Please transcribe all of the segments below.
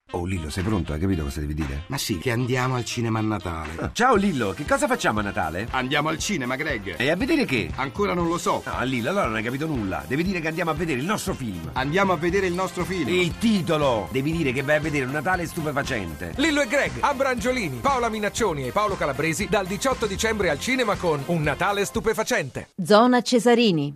Oh Lillo, sei pronto? Hai capito cosa devi dire? Ma sì, che andiamo al cinema a Natale. Ciao Lillo, che cosa facciamo a Natale? Andiamo al cinema, Greg. E a vedere che? Ancora non lo so. No, Lillo, allora non hai capito nulla. Devi dire che andiamo a vedere il nostro film. Andiamo a vedere il nostro film. Il titolo! Devi dire che vai a vedere un Natale stupefacente. Lillo e Greg, Abrangiolini, Paola Minaccioni e Paolo Calabresi dal 18 dicembre al cinema con Un Natale stupefacente. Zona Cesarini.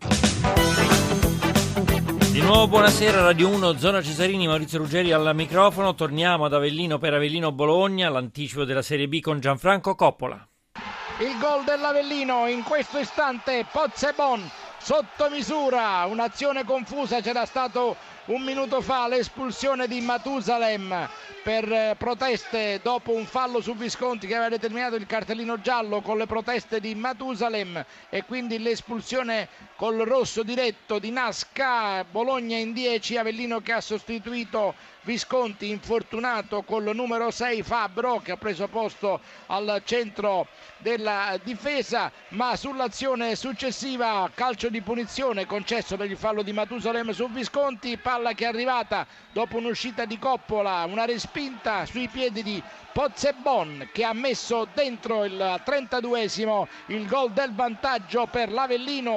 Di nuovo buonasera, Radio 1, Zona Cesarini, Maurizio Ruggeri al microfono. Torniamo ad Avellino per Avellino Bologna, l'anticipo della Serie B con Gianfranco Coppola. Il gol dell'Avellino in questo istante, Pozzebon sotto misura, un'azione confusa, c'era stato un minuto fa l'espulsione di Matusalem per proteste dopo un fallo su Visconti che aveva determinato il cartellino giallo con le proteste di Matusalem e quindi l'espulsione col rosso diretto di Nasca. Bologna in 10, Avellino che ha sostituito Visconti infortunato col numero 6 Fabbro che ha preso posto al centro della difesa, ma sull'azione successiva calcio di punizione concesso per il fallo di Matusalem su Visconti, palla che è arrivata dopo un'uscita di Coppola, una respinta sui piedi di Pozzebon che ha messo dentro il 32esimo il gol del vantaggio per l'Avellino.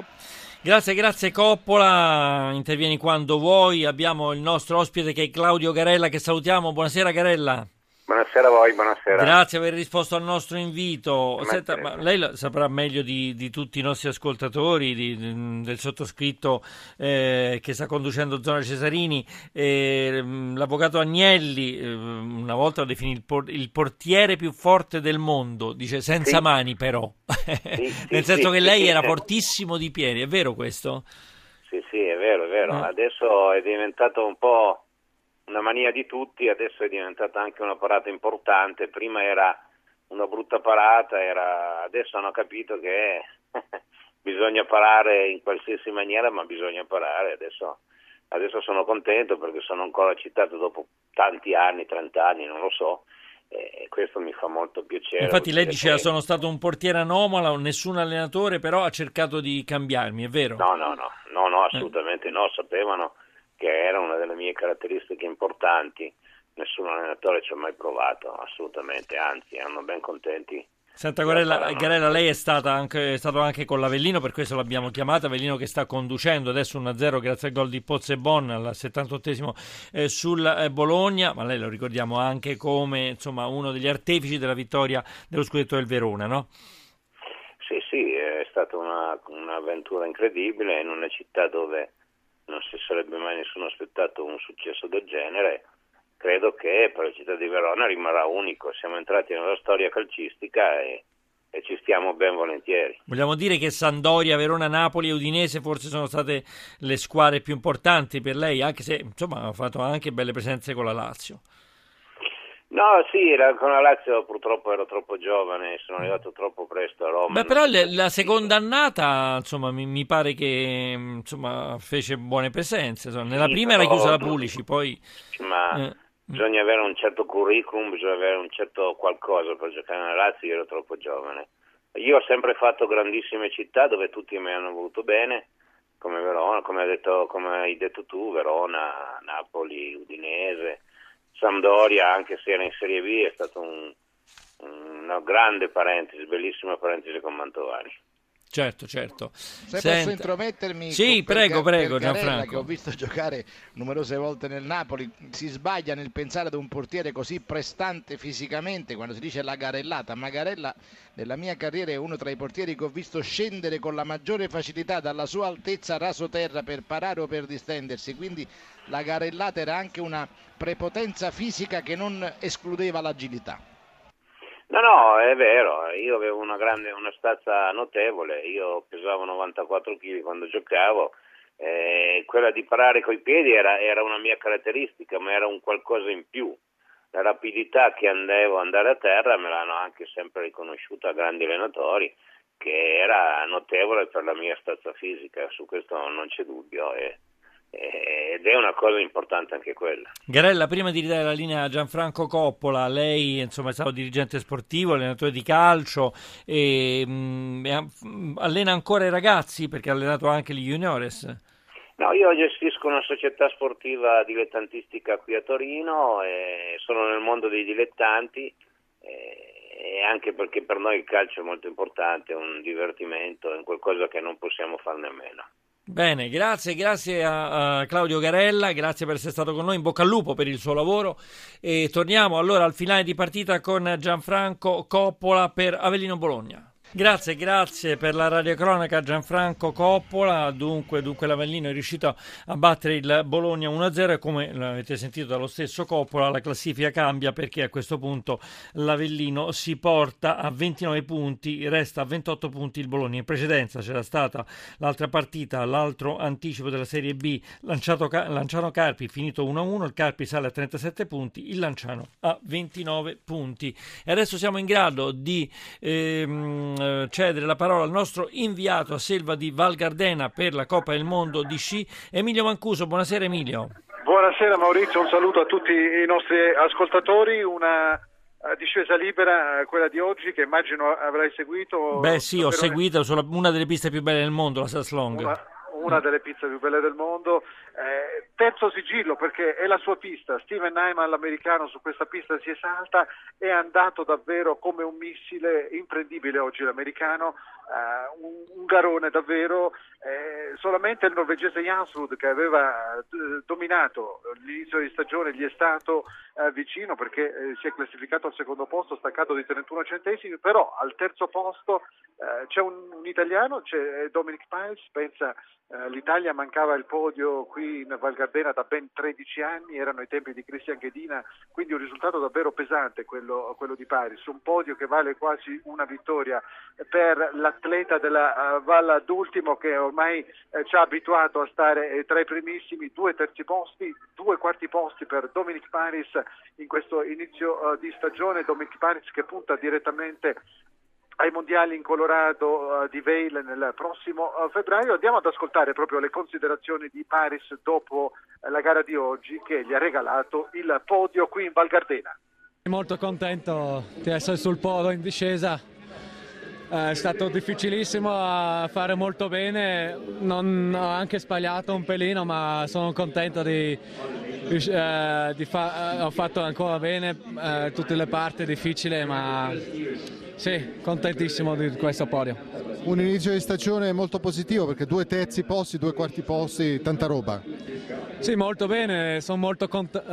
Grazie Coppola, intervieni quando vuoi. Abbiamo il nostro ospite che è Claudio Garella, che salutiamo. Buonasera Garella. Buonasera a voi, buonasera. Grazie per aver risposto al nostro invito. Senta, ma lei saprà meglio di tutti i nostri ascoltatori, del sottoscritto che sta conducendo Zona Cesarini, l'avvocato Agnelli una volta lo definì il portiere più forte del mondo, dice senza mani però, nel senso che lei era fortissimo di piedi, è vero questo? Sì, è vero. Adesso è diventato un po' una mania di tutti, adesso è diventata anche una parata importante. Prima era una brutta parata, adesso hanno capito che bisogna parare in qualsiasi maniera, ma bisogna parare. Adesso sono contento perché sono ancora citato dopo tanti anni, 30 anni, non lo so, e questo mi fa molto piacere. Infatti lei diceva sono stato un portiere anomalo, nessun allenatore però ha cercato di cambiarmi, è vero? No, assolutamente no, sapevano che era una delle mie caratteristiche importanti, nessun allenatore ci ha mai provato, assolutamente, anzi erano ben contenti. Senta Garella, lei è stato anche con l'Avellino, per questo l'abbiamo chiamata, Avellino che sta conducendo adesso 1-0 grazie al gol di Pozzebon al 78esimo sul Bologna, ma lei lo ricordiamo anche come uno degli artefici della vittoria dello scudetto del Verona, no? Sì, è stata un'avventura incredibile in una città dove non si sarebbe mai nessuno aspettato un successo del genere. Credo che per la città di Verona rimarrà unico. Siamo entrati nella storia calcistica e ci stiamo ben volentieri. Vogliamo dire che Sampdoria, Verona, Napoli e Udinese forse sono state le squadre più importanti per lei, anche se ha fatto anche belle presenze con la Lazio. No, sì, con la Lazio purtroppo ero troppo giovane, sono arrivato troppo presto a Roma. Però la seconda annata, mi pare che fece buone presenze. Nella prima era chiusa la Pulici, poi... Ma bisogna avere un certo curriculum, bisogna avere un certo qualcosa per giocare nella Lazio, io ero troppo giovane. Io ho sempre fatto grandissime città dove tutti mi hanno voluto bene, come Verona, come hai detto tu, Verona, Napoli, Udinese... Sampdoria, anche se era in Serie B, è stato una grande parentesi, bellissima parentesi con Mantovani. Certo. Se posso intromettermi? Sì, prego, Gianfranco. Che ho visto giocare numerose volte nel Napoli, si sbaglia nel pensare ad un portiere così prestante fisicamente quando si dice la garellata, ma Garella nella mia carriera è uno tra i portieri che ho visto scendere con la maggiore facilità dalla sua altezza rasoterra per parare o per distendersi, quindi la garellata era anche una prepotenza fisica che non escludeva l'agilità. No, è vero, io avevo una stazza notevole, io pesavo 94 kg quando giocavo, quella di parare coi piedi era una mia caratteristica, ma era un qualcosa in più. La rapidità che andare a terra me l'hanno anche sempre riconosciuta grandi allenatori, che era notevole per la mia stazza fisica, su questo non c'è dubbio. Ed è una cosa importante anche quella. Garella, prima di ridare la linea a Gianfranco Coppola, lei è stato dirigente sportivo, allenatore di calcio e allena ancora i ragazzi perché ha allenato anche gli juniores. No, io gestisco una società sportiva dilettantistica qui a Torino e sono nel mondo dei dilettanti e anche perché per noi il calcio è molto importante, è un divertimento, è qualcosa che non possiamo fare nemmeno. Bene, grazie a Claudio Garella, grazie per essere stato con noi, in bocca al lupo per il suo lavoro e torniamo allora al finale di partita con Gianfranco Coppola per Avellino Bologna. Grazie per la radiocronaca Gianfranco Coppola. Dunque l'Avellino è riuscito a battere il Bologna 1-0 e come l'avete sentito dallo stesso Coppola la classifica cambia perché a questo punto l'Avellino si porta a 29 punti, resta a 28 punti il Bologna. In precedenza c'era stata l'altra partita, l'altro anticipo della Serie B, Lanciano Carpi finito 1-1, il Carpi sale a 37 punti, il Lanciano a 29 punti. E adesso siamo in grado di cedere la parola al nostro inviato a Selva di Val Gardena per la Coppa del Mondo di sci, Emilio Mancuso. Buonasera Emilio. Buonasera Maurizio, un saluto a tutti i nostri ascoltatori. Una discesa libera, quella di oggi, che immagino avrai seguito. Beh sì, ho seguito una delle piste più belle del mondo, la Slalom. Una delle piste più belle del mondo, terzo sigillo perché è la sua pista. Steven Nyman, l'americano, su questa pista si esalta, è andato davvero come un missile, imprendibile oggi l'americano, un garone davvero. Solamente il norvegese Jansrud, che aveva dominato l'inizio di stagione, gli è stato vicino perché si è classificato al secondo posto, staccato di 31 centesimi, però al terzo posto c'è un italiano, c'è Dominic Piles. Pensa, l'Italia mancava il podio qui in Val Gardena da ben 13 anni, erano i tempi di Cristian Ghedina, quindi un risultato davvero pesante quello di Paris, un podio che vale quasi una vittoria per l'atleta della Val d'Ultimo, che ormai ci ha abituato a stare tra i primissimi. 2 terzi posti, 2 quarti posti per Dominic Paris in questo inizio di stagione. Dominic Paris che punta direttamente ai mondiali in Colorado di Vail nel prossimo febbraio. Andiamo ad ascoltare proprio le considerazioni di Paris dopo la gara di oggi, che gli ha regalato il podio qui in Val Gardena. Molto contento di essere sul podio in discesa. È stato difficilissimo a fare molto bene, ho anche sbagliato un pelino, ma sono contento ho fatto ancora bene tutte le parti difficili, ma sì, contentissimo di questo podio. Un inizio di stagione molto positivo perché 2 terzi posti, 2 quarti posti, tanta roba. Sì, molto bene, sono molto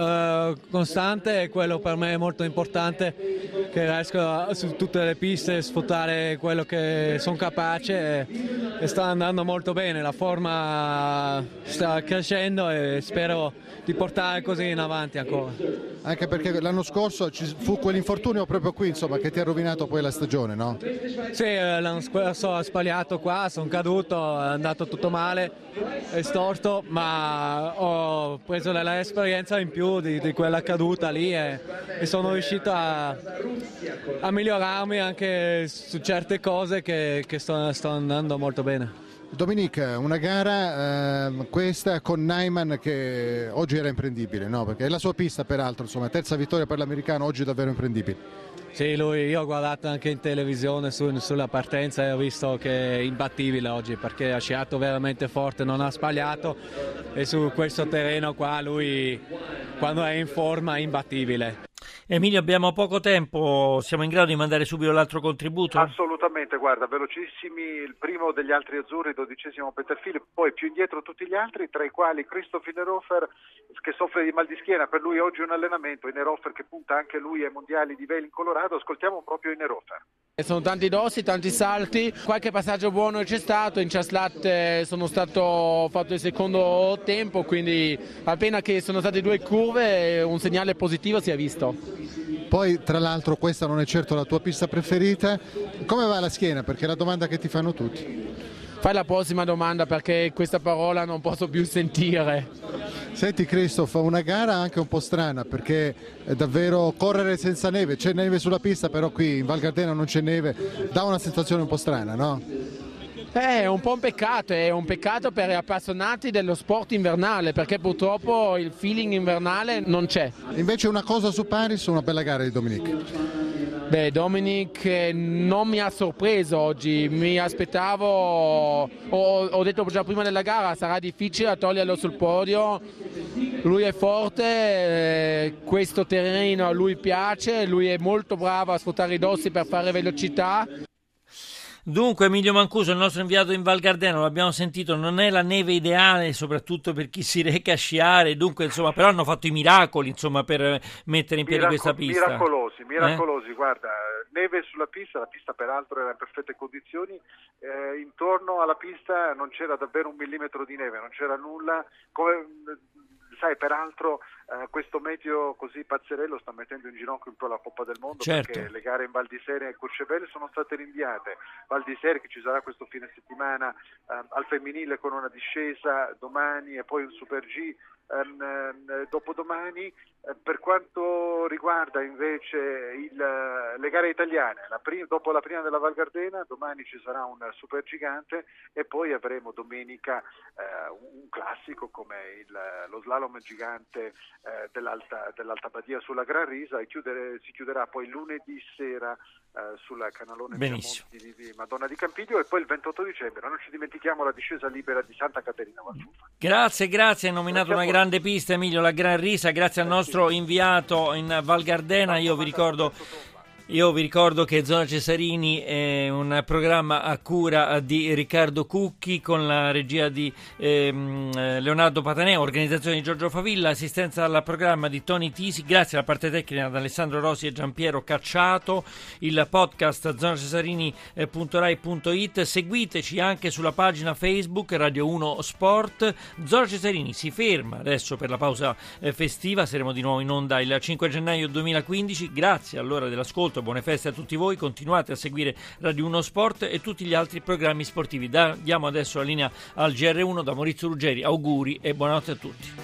costante e quello per me è molto importante, che riesco su tutte le piste a sfruttare quello che sono capace e sta andando molto bene, la forma sta crescendo e spero di portare così in avanti ancora. Anche perché l'anno scorso ci fu quell'infortunio proprio qui, insomma, che ti ha rovinato poi la stagione, no? Sì, l'anno scorso ho sbagliato qua, sono caduto, è andato tutto male, è storto, ma ho preso l'esperienza in più di quella caduta lì e sono riuscito a migliorarmi anche su certe cose che sto andando molto bene. Dominic, una gara questa con Nyman che oggi era imprendibile, no? Perché è la sua pista peraltro, insomma, terza vittoria per l'americano, oggi davvero imprendibile. Sì, io ho guardato anche in televisione sulla partenza e ho visto che è imbattibile oggi perché ha sciato veramente forte, non ha sbagliato e su questo terreno qua lui quando è in forma è imbattibile. Emilio, abbiamo poco tempo, siamo in grado di mandare subito l'altro contributo? Assolutamente, guarda, velocissimi, il primo degli altri azzurri, 12° Peter Philip, poi più indietro tutti gli altri, tra i quali Christoph Innerhofer che soffre di mal di schiena, per lui oggi un allenamento, Innerhofer che punta anche lui ai mondiali di Vail in Colorado, ascoltiamo proprio Innerhofer. Sono tanti dossi, tanti salti, qualche passaggio buono c'è stato, in Ciaslat ho fatto il secondo tempo, quindi appena che sono state 2 curve un segnale positivo si è visto. Poi tra l'altro questa non è certo la tua pista preferita, come va la schiena? Perché è la domanda che ti fanno tutti. Fai la prossima domanda perché questa parola non posso più sentire. Senti Christoph, una gara anche un po' strana perché è davvero correre senza neve, c'è neve sulla pista però qui in Val Gardena non c'è neve, dà una sensazione un po' strana, no? È un po' un peccato per gli appassionati dello sport invernale perché purtroppo il feeling invernale non c'è. Invece una cosa su Paris, una bella gara di Dominic. Beh, Dominic non mi ha sorpreso oggi, mi aspettavo, ho detto già prima della gara, sarà difficile toglierlo sul podio, lui è forte, questo terreno a lui piace, lui è molto bravo a sfruttare i dossi per fare velocità. Dunque Emilio Mancuso, il nostro inviato in Val Gardena, l'abbiamo sentito, non è la neve ideale soprattutto per chi si reca a sciare, dunque insomma, però hanno fatto i miracoli insomma per mettere in piedi questa pista. Miracolosi, guarda, neve sulla pista, la pista peraltro era in perfette condizioni, intorno alla pista non c'era davvero un millimetro di neve, non c'era nulla, come sai, peraltro questo meteo così pazzerello sta mettendo in ginocchio un po' la Coppa del Mondo, certo, perché le gare in Val di Seria e Courchevel sono state rinviate. Val di Seria che ci sarà questo fine settimana al femminile con una discesa domani e poi un Super G dopodomani. Per quanto riguarda invece le gare italiane, dopo la prima della Val Gardena, domani ci sarà un super gigante e poi avremo domenica un classico come lo slalom gigante dell'Alta Badia sulla Gran Risa e si chiuderà poi lunedì sera sulla canalone di Madonna di Campiglio e poi il 28 dicembre, non ci dimentichiamo la discesa libera di Santa Caterina Valsuffa. Grazie, hai nominato una grande pista Emilio, la Gran Risa, grazie al nostro inviato in Val Gardena. Io vi ricordo che Zona Cesarini è un programma a cura di Riccardo Cucchi con la regia di Leonardo Pataneo, organizzazione di Giorgio Favilla, assistenza al programma di Tony Tisi, grazie alla parte tecnica ad Alessandro Rosi e Giampiero Cacciato. Il podcast zonacesarini.rai.it, seguiteci anche sulla pagina Facebook Radio 1 Sport. Zona Cesarini si ferma adesso per la pausa festiva, saremo di nuovo in onda il 5 gennaio 2015. Grazie allora dell'ascolto, buone feste a tutti voi, continuate a seguire Radio 1 Sport e tutti gli altri programmi sportivi. Diamo adesso la linea al GR1 da Maurizio Ruggeri, auguri e buonanotte a tutti.